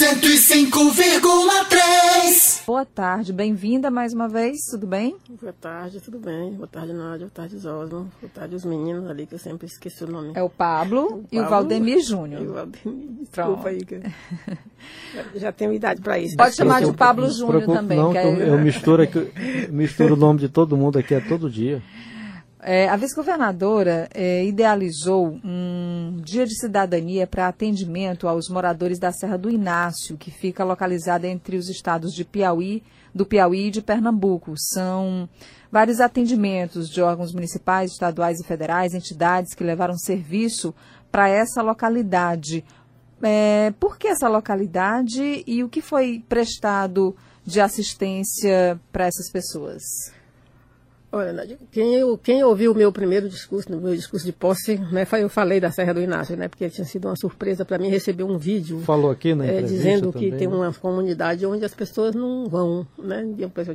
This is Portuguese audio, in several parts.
105,3. Boa tarde, bem-vinda mais uma vez, tudo bem? Boa tarde, tudo bem. Boa tarde, Nádia. Boa tarde, Zosma. Boa tarde, os meninos ali, que eu sempre esqueci o nome. É o Pablo e o Valdemir Júnior. E o Valdemir, desculpa aí, que já tenho idade para isso. Pode chamar de Pablo Júnior também. Não, eu misturo o nome de todo mundo aqui todo dia. A vice-governadora idealizou um dia de cidadania para atendimento aos moradores da Serra do Inácio, que fica localizada entre os estados do Piauí e de Pernambuco. São vários atendimentos de órgãos municipais, estaduais e federais, entidades que levaram serviço para essa localidade. Por que essa localidade e o que foi prestado de assistência para essas pessoas? Olha, Nádia, quem ouviu o meu primeiro discurso, no meu discurso de posse, né, eu falei da Serra do Inácio, né, porque tinha sido uma surpresa para mim receber um vídeo. Falou aqui na entrevista dizendo também, que tem né? uma comunidade onde as pessoas não vão, né?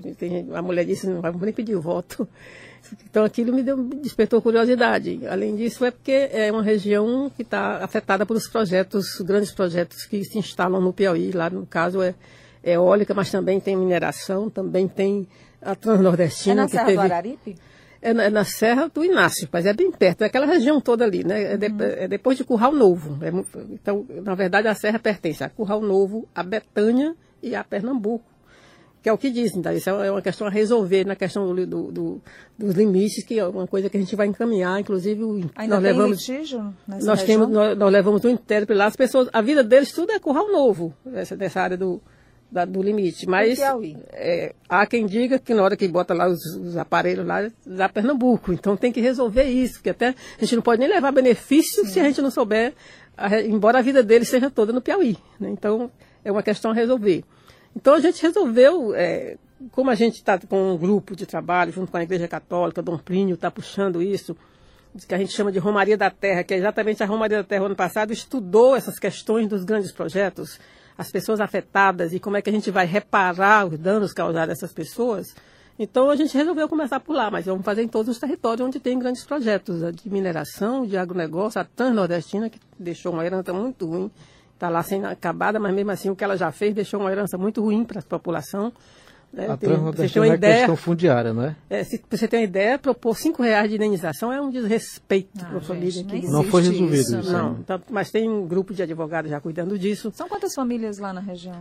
A mulher disse, não vai nem pedir o voto. Então aquilo me despertou curiosidade. Além disso, é porque é uma região que está afetada pelos grandes projetos que se instalam no Piauí. Lá, no caso, é eólica, mas também tem mineração, também tem a Transnordestina. É na Serra do Araripe? É na Serra do Inácio, mas é bem perto, é aquela região toda ali, né? É depois de Curral Novo. Então, na verdade, a serra pertence a Curral Novo, a Betânia e a Pernambuco, que é o que dizem, tá? Isso é uma questão a resolver na questão dos limites, que é uma coisa que a gente vai encaminhar, inclusive Ainda nós tem levamos litígio nessa região? Nós levamos um intérprete lá, as pessoas, a vida deles tudo é Curral Novo, dessa área do limite, mas há quem diga que na hora que bota lá os aparelhos lá, dá Pernambuco, então tem que resolver isso, porque até a gente não pode nem levar benefício se a gente não souber, embora a vida deles seja toda no Piauí, né? Então é uma questão a resolver. Então a gente resolveu, como a gente está com um grupo de trabalho junto com a Igreja Católica, Dom Plínio está puxando isso, que a gente chama de Romaria da Terra, que é exatamente a Romaria da Terra, ano passado, estudou essas questões dos grandes projetos, as pessoas afetadas e como é que a gente vai reparar os danos causados a essas pessoas. Então a gente resolveu começar por lá, mas vamos fazer em todos os territórios onde tem grandes projetos de mineração, de agronegócio, a Transnordestina, que deixou uma herança muito ruim, está lá sendo acabada, mas mesmo assim o que ela já fez deixou uma herança muito ruim para a população. A Transnordestina é questão fundiária, não é? Se você tem uma ideia, propor R$5 de indenização é um desrespeito para a família. Não foi resolvido isso. Não, tá, mas tem um grupo de advogados já cuidando disso. São quantas famílias lá na região?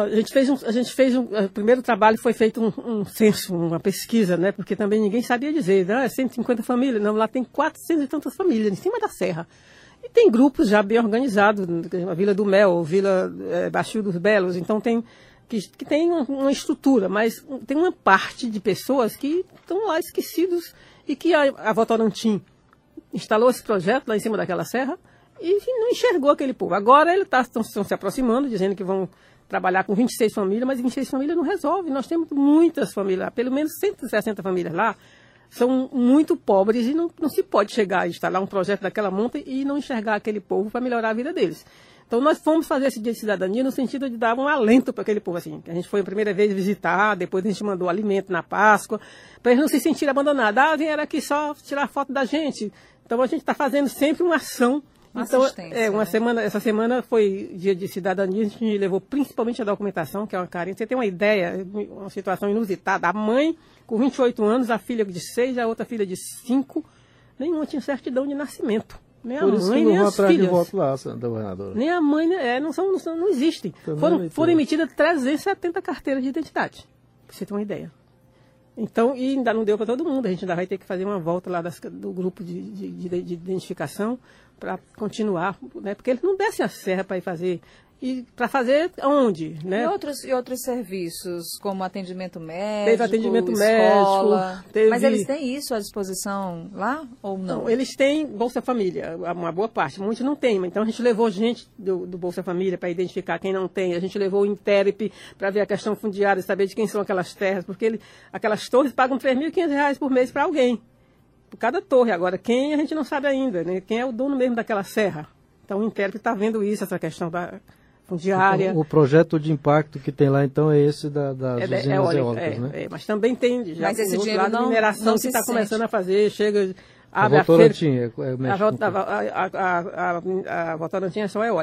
O primeiro trabalho foi feito um censo, uma pesquisa, né? Porque também ninguém sabia dizer, é 150 famílias, não, lá tem 400 e tantas famílias, em cima da serra. E tem grupos já bem organizados, a Vila do Mel, Vila Baixio dos Belos, então tem... Que tem uma estrutura, mas tem uma parte de pessoas que estão lá esquecidos e que a Votorantim instalou esse projeto lá em cima daquela serra e não enxergou aquele povo. Agora estão se aproximando, dizendo que vão trabalhar com 26 famílias, mas 26 famílias não resolve. Nós temos muitas famílias lá, pelo menos 160 famílias lá, são muito pobres e não se pode chegar a instalar um projeto daquela monta e não enxergar aquele povo para melhorar a vida deles. Então, nós fomos fazer esse dia de cidadania no sentido de dar um alento para aquele povo, assim. A gente foi a primeira vez visitar, depois a gente mandou alimento na Páscoa, para eles não se sentirem abandonados. Vieram aqui só tirar foto da gente. Então, a gente está fazendo sempre uma ação. Então, essa semana foi dia de cidadania, a gente levou principalmente a documentação, que é uma carência. Você tem uma ideia, uma situação inusitada. A mãe, com 28 anos, a filha de 6, a outra filha de 5, nenhuma tinha certidão de nascimento. Nem a mãe, nem as filhas. De voto lá, governadora. Nem a mãe, não existem. Foram emitidas 370 carteiras de identidade, para você ter uma ideia. Então, e ainda não deu para todo mundo. A gente ainda vai ter que fazer uma volta lá do grupo de identificação para continuar, né? Porque eles não descem a serra para ir fazer. E para fazer onde, né? E outros serviços, como atendimento médico, teve atendimento escola, médico. Mas eles têm isso à disposição lá ou não? Não, eles têm Bolsa Família, uma boa parte. Muitos não têm, então a gente levou gente do Bolsa Família para identificar quem não tem. A gente levou o Interp para ver a questão fundiária, saber de quem são aquelas terras, porque aquelas torres pagam R$3.500 por mês para alguém, por cada torre. Agora, quem a gente não sabe ainda, né? Quem é o dono mesmo daquela serra. Então o Interp está vendo isso, essa questão da fundiária. Então, o projeto de impacto que tem lá, então, é esse das usinas eólicas, né? Mas também tem já mas esse dinheiro lado de mineração que está começando a fazer, abre a Votorantim, a Votorantim é só eólica.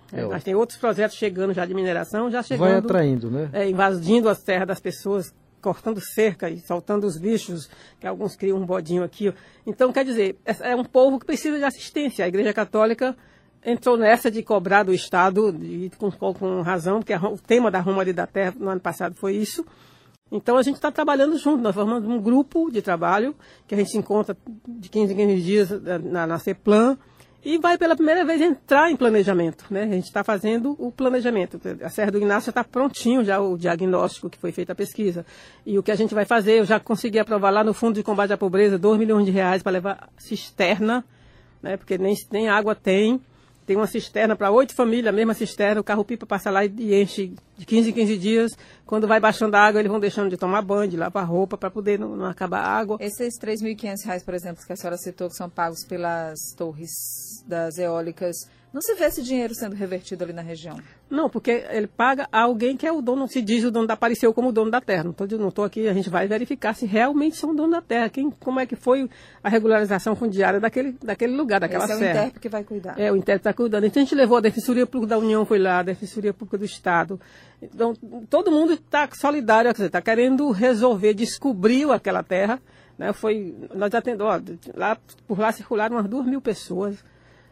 Mas tem outros projetos chegando já de mineração, já chegando. Vai atraindo, né? Invadindo as terras das pessoas, cortando cerca e soltando os bichos, que alguns criam um bodinho aqui. Então, quer dizer, é um povo que precisa de assistência. A Igreja Católica entrou nessa de cobrar do Estado, com razão, porque o tema da Romaria da Terra no ano passado foi isso. Então, a gente está trabalhando junto. Nós formamos um grupo de trabalho, que a gente se encontra de 15 em 15 dias na CEPLAN, e vai pela primeira vez entrar em planejamento, né? A gente está fazendo o planejamento. A Serra do Ignácio está prontinho já o diagnóstico que foi feita a pesquisa. E o que a gente vai fazer, eu já consegui aprovar lá no Fundo de Combate à Pobreza R$2 milhões para levar cisterna, né? Porque nem água tem. Tem uma cisterna para 8 famílias, a mesma cisterna, o carro-pipa passa lá e enche de 15 em 15 dias. Quando vai baixando a água, eles vão deixando de tomar banho, de lavar roupa, para poder não acabar a água. Esses R$3.500, por exemplo, que a senhora citou, que são pagos pelas torres das eólicas, não se vê esse dinheiro sendo revertido ali na região? Não, porque ele paga a alguém que é o dono, se diz o dono, apareceu como o dono da terra. Não estou aqui, a gente vai verificar se realmente são o dono da terra. Como é que foi a regularização fundiária daquele lugar, daquela serra. Esse é o Interp que vai cuidar. O Interp está cuidando. Então a gente levou a Defensoria Pública da União, foi lá, a Defensoria Pública do Estado. Então todo mundo está solidário, está querendo resolver, descobriu aquela terra. Né? Nós atendemos, por lá circularam umas 2.000 pessoas.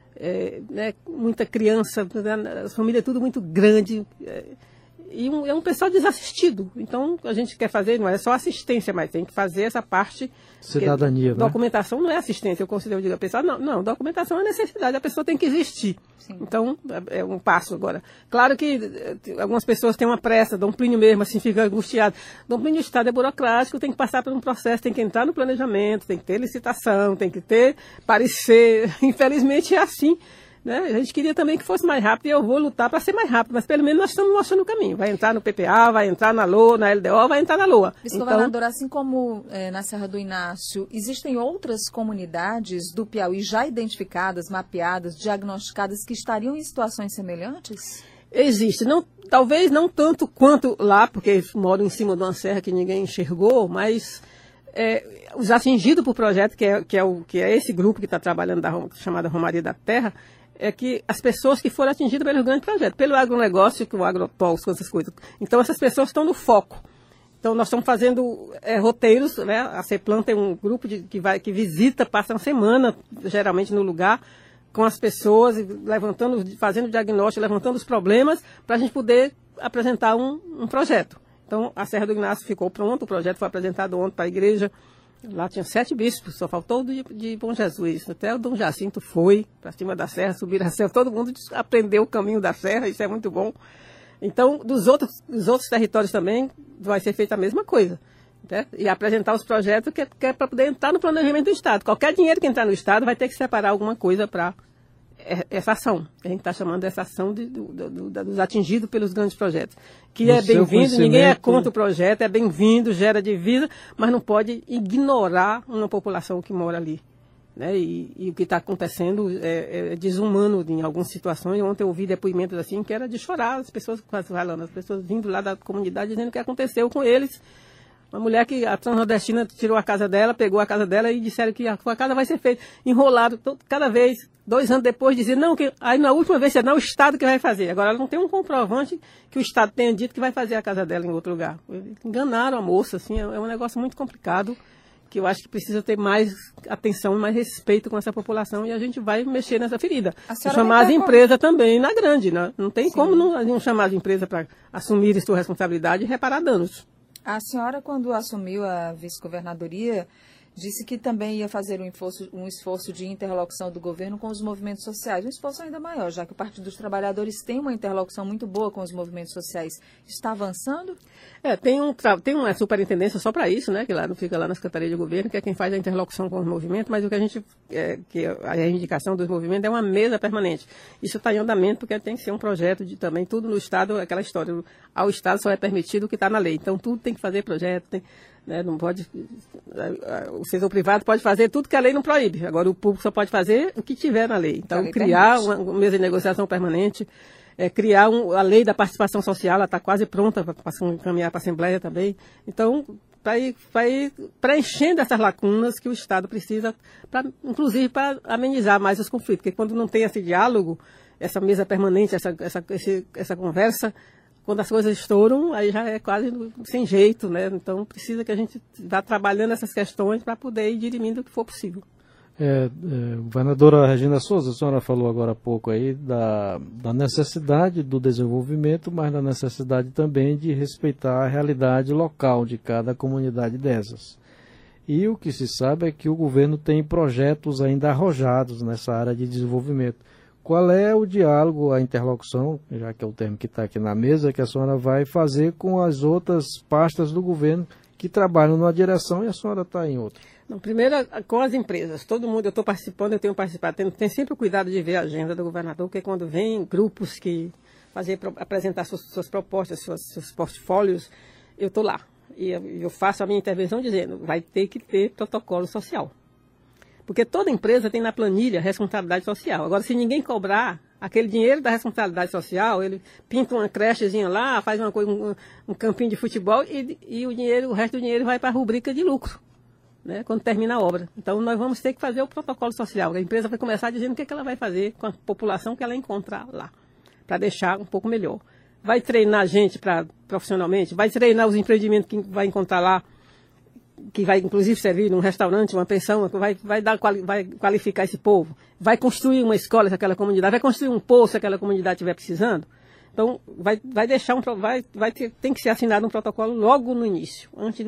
Né, muita criança, a família é tudo muito grande, e é um pessoal desassistido. Então, a gente quer fazer, não é só assistência, mas tem que fazer essa parte. Cidadania, né? Documentação não é assistência, eu considero, digo a pessoa, não, documentação é necessidade, a pessoa tem que existir. Sim. Então, é um passo agora. Claro que algumas pessoas têm uma pressa, Dom Plínio mesmo, assim, fica angustiado. Dom Plínio, o Estado é burocrático, tem que passar por um processo, tem que entrar no planejamento, tem que ter licitação, tem que ter parecer. Infelizmente é assim. Né? A gente queria também que fosse mais rápido e eu vou lutar para ser mais rápido, mas pelo menos nós estamos mostrando o caminho. Vai entrar no PPA, vai entrar na LOA, na LDO, vai entrar na LOA. Vice-governadora, assim como na Serra do Inácio, existem outras comunidades do Piauí já identificadas, mapeadas, diagnosticadas que estariam em situações semelhantes? Existe. Talvez não tanto quanto lá, porque eles moram em cima de uma serra que ninguém enxergou, mas os atingidos por projeto, que é esse grupo que está trabalhando chamada Romaria da Terra, é que as pessoas que foram atingidas pelo grande projeto, pelo agronegócio, que o agropós, com essas coisas. Então, essas pessoas estão no foco. Então, nós estamos fazendo roteiros, né? A CEPLAN tem um grupo que visita, passa uma semana, geralmente, no lugar, com as pessoas, fazendo diagnóstico, levantando os problemas, para a gente poder apresentar um projeto. Então, a Serra do Ignácio ficou pronto, o projeto foi apresentado ontem para a igreja. Lá tinha 7 bispos, só faltou o de Bom Jesus. Até o Dom Jacinto foi para cima da serra, subir a serra. Todo mundo aprendeu o caminho da serra, isso é muito bom. Então, dos outros territórios também vai ser feita a mesma coisa. Né? E apresentar os projetos que é para poder entrar no planejamento do Estado. Qualquer dinheiro que entrar no Estado vai ter que separar alguma coisa para essa ação. A gente está chamando dessa ação dos atingidos pelos grandes projetos. Que é bem-vindo, ninguém é contra o projeto, é bem-vindo, gera divisa, mas não pode ignorar uma população que mora ali. Né? E o que está acontecendo é desumano em algumas situações. Ontem eu ouvi depoimentos assim que era de chorar, as pessoas falando, as pessoas vindo lá da comunidade dizendo o que aconteceu com eles. Uma mulher que a transnordestina tirou a casa dela, pegou a casa dela e disseram que a casa vai ser feita. Enrolado, cada vez, 2 anos depois, diziam, não, aí na última vez não é o Estado que vai fazer. Agora ela não tem um comprovante que o Estado tenha dito que vai fazer a casa dela em outro lugar. Enganaram a moça, assim, é um negócio muito complicado, que eu acho que precisa ter mais atenção e mais respeito com essa população e a gente vai mexer nessa ferida. Chamar as empresas também na grande, né? Não tem como não chamar as empresas para assumir sua responsabilidade e reparar danos. A senhora, quando assumiu a vice-governadoria, disse que também ia fazer um esforço de interlocução do governo com os movimentos sociais. Um esforço ainda maior, já que o Partido dos Trabalhadores tem uma interlocução muito boa com os movimentos sociais. Está avançando? Tem uma superintendência só para isso, né? Que fica lá na Secretaria de Governo, que é quem faz a interlocução com os movimentos, mas o que a gente, que a reivindicação dos movimentos é uma mesa permanente. Isso está em andamento, porque tem que ser um projeto de também, tudo no Estado, aquela história, ao Estado só é permitido o que está na lei. Então, tudo tem que fazer projeto, né, não pode, o setor privado pode fazer tudo que a lei não proíbe. Agora, o público só pode fazer o que tiver na lei. Então, criar uma mesa de negociação permanente, criar a lei da participação social, ela está quase pronta para encaminhar para a Assembleia também. Então, para ir preenchendo essas lacunas que o Estado precisa, inclusive para amenizar mais os conflitos. Porque quando não tem esse diálogo, essa mesa permanente, essa conversa, quando as coisas estouram, aí já é quase sem jeito, né? Então precisa que a gente vá trabalhando essas questões para poder ir dirimindo o que for possível. Governadora Regina Souza, a senhora falou agora há pouco aí da necessidade do desenvolvimento, mas da necessidade também de respeitar a realidade local de cada comunidade dessas. E o que se sabe é que o governo tem projetos ainda arrojados nessa área de desenvolvimento. Qual é o diálogo, a interlocução, já que é o termo que está aqui na mesa, que a senhora vai fazer com as outras pastas do governo que trabalham numa direção e a senhora está em outra? Não, primeiro, com as empresas, todo mundo, eu estou participando, eu tenho participado, tem sempre o cuidado de ver a agenda do governador, porque quando vem grupos que apresentar suas propostas, seus portfólios, eu estou lá. E eu faço a minha intervenção dizendo, vai ter que ter protocolo social. Porque toda empresa tem na planilha responsabilidade social. Agora, se ninguém cobrar aquele dinheiro da responsabilidade social, ele pinta uma crechezinha lá, faz uma coisa, um campinho de futebol e o resto do dinheiro vai para a rubrica de lucro, né, quando termina a obra. Então, nós vamos ter que fazer o protocolo social. A empresa vai começar dizendo o que ela vai fazer com a população que ela encontrar lá, para deixar um pouco melhor. Vai treinar a gente profissionalmente, vai treinar os empreendimentos que vai encontrar lá, que vai inclusive servir num restaurante, uma pensão, vai qualificar esse povo, vai construir uma escola se aquela comunidade, vai construir um poço se aquela comunidade estiver precisando. Então, vai deixar tem que ser assinado um protocolo logo no início, antes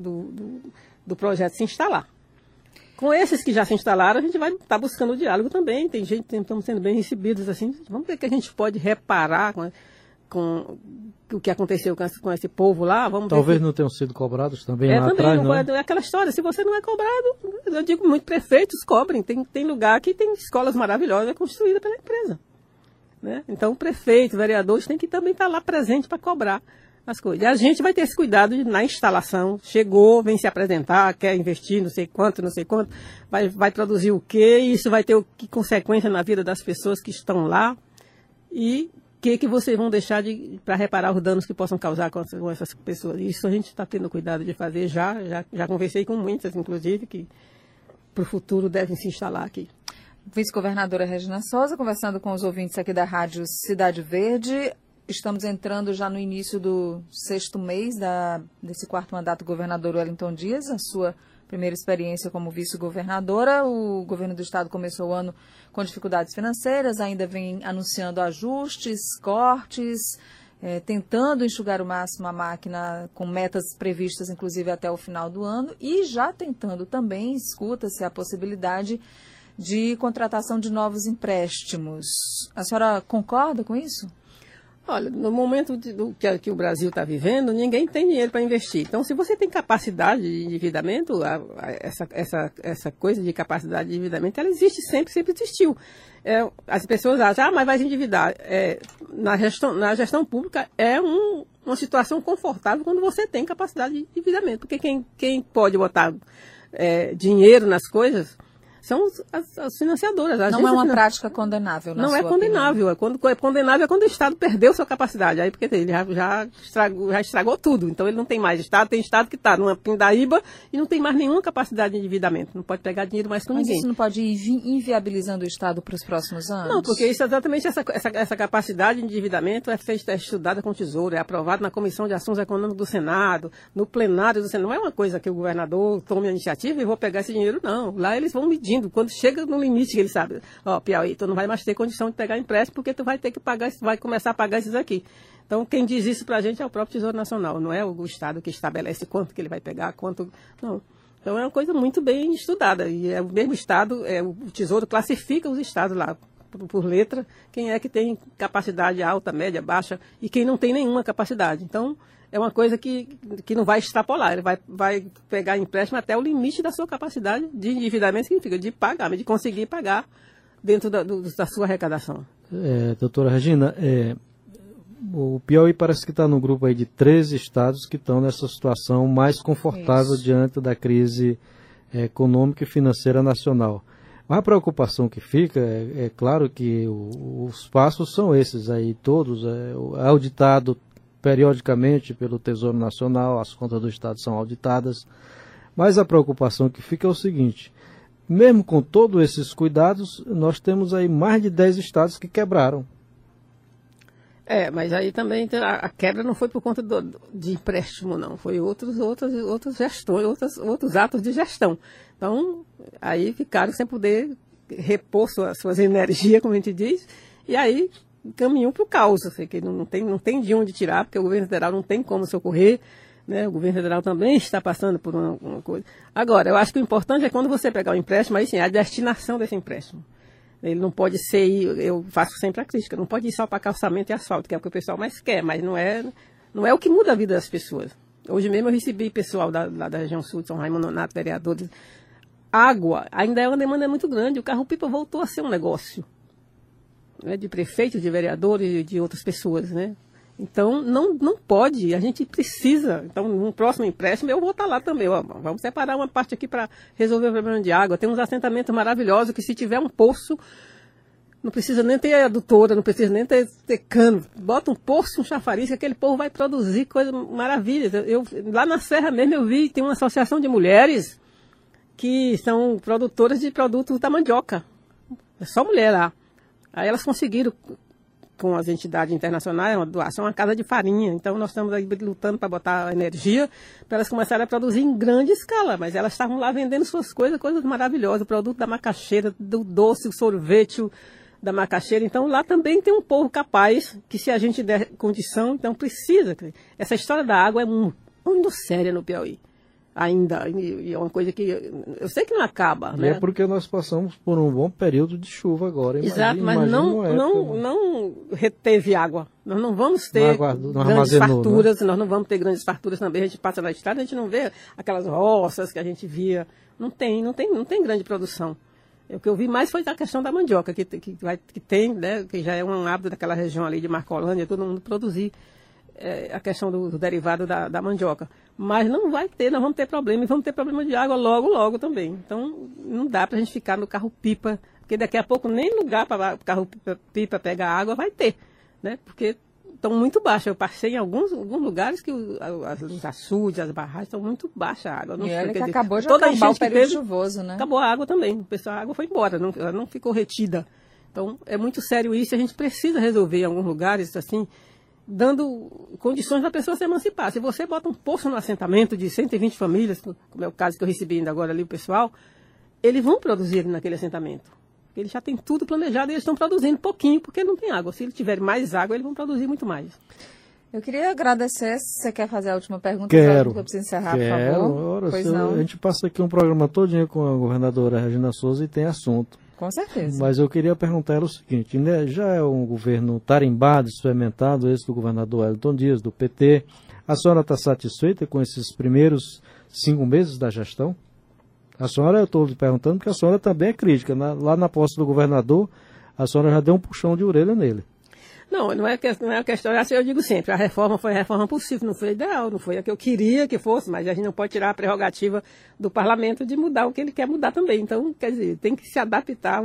do projeto se instalar. Com esses que já se instalaram, a gente vai estar buscando o diálogo também. Tem gente, estamos sendo bem recebidos assim. Vamos ver o que a gente pode reparar com o que aconteceu com esse povo lá. Talvez não tenham sido cobrados também lá atrás, não é? É aquela história, se você não é cobrado, eu digo muito, prefeitos cobrem. Tem lugar que tem escolas maravilhosas construídas pela empresa, né? Então, prefeitos, vereadores têm que também estar lá presente para cobrar as coisas. E a gente vai ter esse cuidado na instalação. Chegou, vem se apresentar, quer investir não sei quanto, vai produzir o quê, isso vai ter que consequência na vida das pessoas que estão lá e que vocês vão deixar para reparar os danos que possam causar com essas pessoas. Isso a gente está tendo cuidado de fazer já conversei com muitas, inclusive, que para o futuro devem se instalar aqui. Vice-governadora Regina Souza, conversando com os ouvintes aqui da Rádio Cidade Verde. Estamos entrando já no início do 6º mês desse 4º mandato do governador Wellington Dias, a sua primeira experiência como vice-governadora. O governo do estado começou o ano com dificuldades financeiras, ainda vem anunciando ajustes, cortes, tentando enxugar o máximo a máquina com metas previstas, inclusive, até o final do ano, e já tentando também, escuta-se a possibilidade de contratação de novos empréstimos. A senhora concorda com isso? Olha, no momento que o Brasil está vivendo, ninguém tem dinheiro para investir. Então, se você tem capacidade de endividamento, essa coisa de capacidade de endividamento, ela existe sempre existiu. As pessoas acham, mas vai se endividar. Na gestão pública é uma situação confortável quando você tem capacidade de endividamento. Porque quem pode botar dinheiro nas coisas são as financiadoras. Não é uma prática condenável, na sua opinião? Não é condenável. Condenável é quando o Estado perdeu sua capacidade. Aí, porque ele já estragou tudo. Então, ele não tem mais Estado. Tem Estado que está numa pindaíba e não tem mais nenhuma capacidade de endividamento. Não pode pegar dinheiro mais com ninguém. Mas isso não pode ir inviabilizando o Estado para os próximos anos? Não, porque isso, exatamente essa capacidade de endividamento é estudada com o Tesouro, é aprovada na Comissão de Assuntos Econômicos do Senado, no plenário do Senado. Não é uma coisa que o governador tome a iniciativa e vou pegar esse dinheiro, não. Lá eles vão medindo. Quando chega no limite, ele sabe, Piauí, tu não vai mais ter condição de pegar empréstimo porque tu vai ter que pagar, vai começar a pagar esses aqui. Então, quem diz isso pra gente é o próprio Tesouro Nacional, não é o Estado que estabelece quanto que ele vai pegar, quanto... Não. Então, é uma coisa muito bem estudada. E é o mesmo Estado, o Tesouro classifica os Estados lá, por letra, quem é que tem capacidade alta, média, baixa, e quem não tem nenhuma capacidade. Então, é uma coisa que não vai extrapolar, ele vai pegar empréstimo até o limite da sua capacidade de endividamento, significa de pagar, de conseguir pagar dentro da sua arrecadação. Doutora Regina, o Piauí parece que está no grupo aí de 13 estados que estão nessa situação mais confortável diante da crise econômica e financeira nacional. Mas a preocupação que fica, é claro que os passos são esses aí, todos, auditado periodicamente pelo Tesouro Nacional, as contas do Estado são auditadas, mas a preocupação que fica é o seguinte, mesmo com todos esses cuidados, nós temos aí mais de 10 estados que quebraram. Mas aí também a quebra não foi por conta de empréstimo, não. Foi outras gestões, outros atos de gestão. Então, aí ficaram sem poder repor suas energias, como a gente diz, e aí caminham para o caos. Assim, que não tem de onde tirar, porque o governo federal não tem como socorrer, né? O governo federal também está passando por uma coisa. Agora, eu acho que o importante é quando você pegar o empréstimo, aí sim, a destinação desse empréstimo. Ele não pode ser, eu faço sempre a crítica, não pode ir só para calçamento e asfalto, que é o que o pessoal mais quer, mas não é o que muda a vida das pessoas. Hoje mesmo eu recebi pessoal lá da região sul, de São Raimundo Nonato, vereadores. Água ainda é uma demanda muito grande, o carro-pipa voltou a ser um negócio, né, de prefeitos, de vereadores e de outras pessoas, né? Então, não pode, a gente precisa. Então, no próximo empréstimo, eu vou estar lá também. Ó, vamos separar uma parte aqui para resolver o problema de água. Tem uns assentamentos maravilhosos que, se tiver um poço, não precisa nem ter adutora, não precisa nem ter cano. Bota um poço, um chafariz, que aquele povo vai produzir coisas maravilhas. Lá na Serra mesmo eu vi, tem uma associação de mulheres que são produtoras de produtos da mandioca. É só mulher lá. Aí elas conseguiram, com as entidades internacionais, uma doação, uma casa de farinha. Então, nós estamos aí lutando para botar energia, para elas começarem a produzir em grande escala. Mas elas estavam lá vendendo suas coisas maravilhosas. O produto da macaxeira, do doce, o sorvete da macaxeira. Então, lá também tem um povo capaz, que se a gente der condição, então precisa. Essa história da água é muito séria no Piauí. Ainda, e é uma coisa que eu sei que não acaba, e né? é porque nós passamos por um bom período de chuva agora. Exato, mas não reteve água. Nós não vamos ter grandes farturas, né? Nós não vamos ter grandes farturas também. A gente passa na estrada, a gente não vê aquelas roças que a gente via. Não tem grande produção. O que eu vi mais foi a questão da mandioca, que tem, né? Que já é um hábito daquela região ali de Marcolândia, todo mundo produzir. A questão do derivado da mandioca. Mas não vai ter, nós vamos ter problema, e vamos ter problema de água logo também. Então, não dá para a gente ficar no carro-pipa, porque daqui a pouco nem lugar para o carro-pipa pegar água vai ter, né? Porque estão muito baixas. Eu passei em alguns lugares que os açudes, as barragens, estão muito baixa a água. Não, e olha que acabou de acabar o período chuvoso, né? Acabou a água também, a água foi embora, ela não ficou retida. Então, é muito sério isso, a gente precisa resolver em alguns lugares, assim, dando condições da pessoa se emancipar. Se você bota um poço no assentamento de 120 famílias, como é o caso que eu recebi ainda agora ali, o pessoal, eles vão produzir naquele assentamento. Eles já têm tudo planejado e eles estão produzindo pouquinho, porque não tem água. Se eles tiverem mais água, eles vão produzir muito mais. Eu queria agradecer, se você quer fazer a última pergunta, quero. Eu preciso encerrar, por favor. Ora, pois não. A gente passa aqui um programa todinho com a governadora Regina Souza e tem assunto. Com certeza. Mas eu queria perguntar ela o seguinte, né? Já é um governo tarimbado, experimentado, esse do governador Wellington Dias, do PT. A senhora está satisfeita com esses primeiros 5 meses da gestão? A senhora, eu estou lhe perguntando, porque a senhora também é crítica. Lá na posse do governador, a senhora já deu um puxão de orelha nele. Não é a questão, eu digo sempre, a reforma foi a reforma possível, não foi a ideal, não foi a que eu queria que fosse, mas a gente não pode tirar a prerrogativa do parlamento de mudar o que ele quer mudar também. Então, quer dizer, tem que se adaptar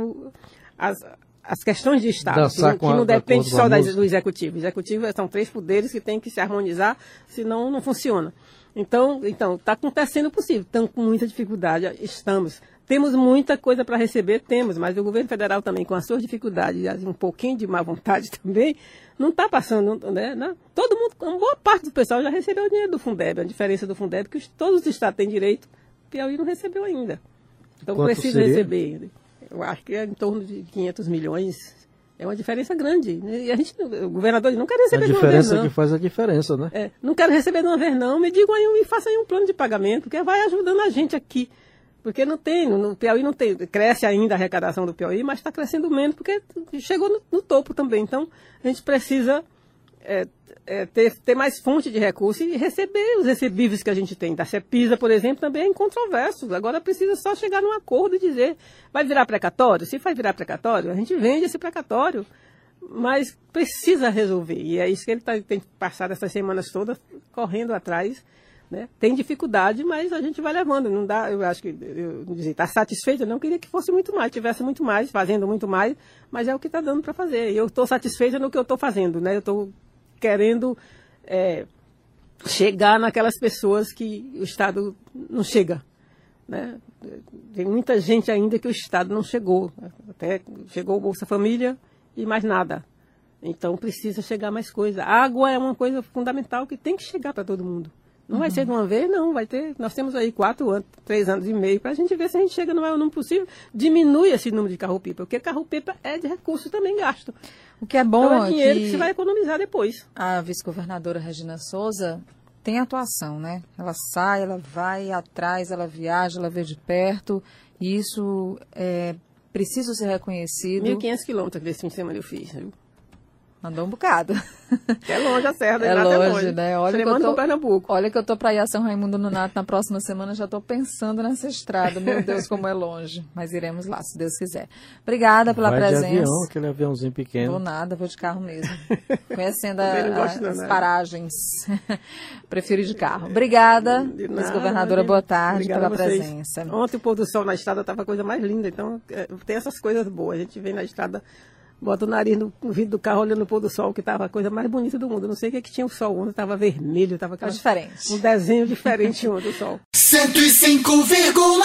às questões de Estado, que não depende só do Executivo. O Executivo são 3 poderes que têm que se harmonizar, senão não funciona. Então, está acontecendo o possível, estamos com muita dificuldade, temos muita coisa para receber, mas o governo federal também, com as suas dificuldades e um pouquinho de má vontade também, não está passando, né? Todo mundo, uma boa parte do pessoal já recebeu o dinheiro do Fundeb. A diferença do Fundeb é que todos os estados têm direito, o Piauí não recebeu ainda. Então precisa receber. Eu acho que é em torno de 500 milhões. É uma diferença grande. Né? E o governador não quer receber de uma vez, não. A diferença que faz a diferença, né? Não quero receber de uma vez, não. Me digam aí e façam aí um plano de pagamento, que vai ajudando a gente aqui. Porque no Piauí não tem, cresce ainda a arrecadação do Piauí, mas está crescendo menos, porque chegou no topo também. Então, a gente precisa ter mais fonte de recursos e receber os recebíveis que a gente tem. Da CEPISA, por exemplo, também é incontroverso. Agora precisa só chegar num acordo e dizer, vai virar precatório? Se vai virar precatório, a gente vende esse precatório, mas precisa resolver. E é isso que ele tem passado essas semanas todas correndo atrás. Né? Tem dificuldade, mas a gente vai levando. Não dá, eu acho que está satisfeito, eu não queria que fosse muito mais, tivesse muito mais, fazendo muito mais, mas é o que está dando para fazer. E eu estou satisfeita no que eu estou fazendo, né? Eu estou querendo chegar naquelas pessoas que o Estado não chega. né? Tem muita gente ainda que o Estado não chegou. Até chegou o Bolsa Família e mais nada. Então precisa chegar mais coisa. A água é uma coisa fundamental que tem que chegar para todo mundo. Não vai ser de uma vez, não. Vai ter. Nós temos aí 4 anos, 3 anos e meio para a gente ver se a gente chega no maior número possível. Diminui esse número de carro-pipa, porque carro-pipa é de recurso também gasto. O que é bom então é dinheiro que você vai economizar depois. A vice-governadora Regina Souza tem atuação, né? Ela sai, ela vai atrás, ela viaja, ela vê de perto. E isso é preciso ser reconhecido. 1.500 quilômetros desse fim de semana eu fiz, viu? Mandou um bocado. É longe a serra, é longe, né? Olha que eu tô para ir a São Raimundo Nonato na próxima semana, já estou pensando nessa estrada. Meu Deus, como é longe. Mas iremos lá, se Deus quiser. Obrigada pela presença. De avião, aquele aviãozinho pequeno. Vou nada, vou de carro mesmo. Conhecendo as paragens. Prefiro ir de carro. Obrigada, vice-governadora, boa tarde pela presença. Ontem o pôr do sol na estrada estava a coisa mais linda, então tem essas coisas boas. A gente vem na estrada, bota o nariz no vidro do carro olhando o pôr do sol, que estava a coisa mais bonita do mundo. Eu não sei o que tinha o sol ontem, estava vermelho, estava diferente. Um desenho diferente ontem do sol. 105,9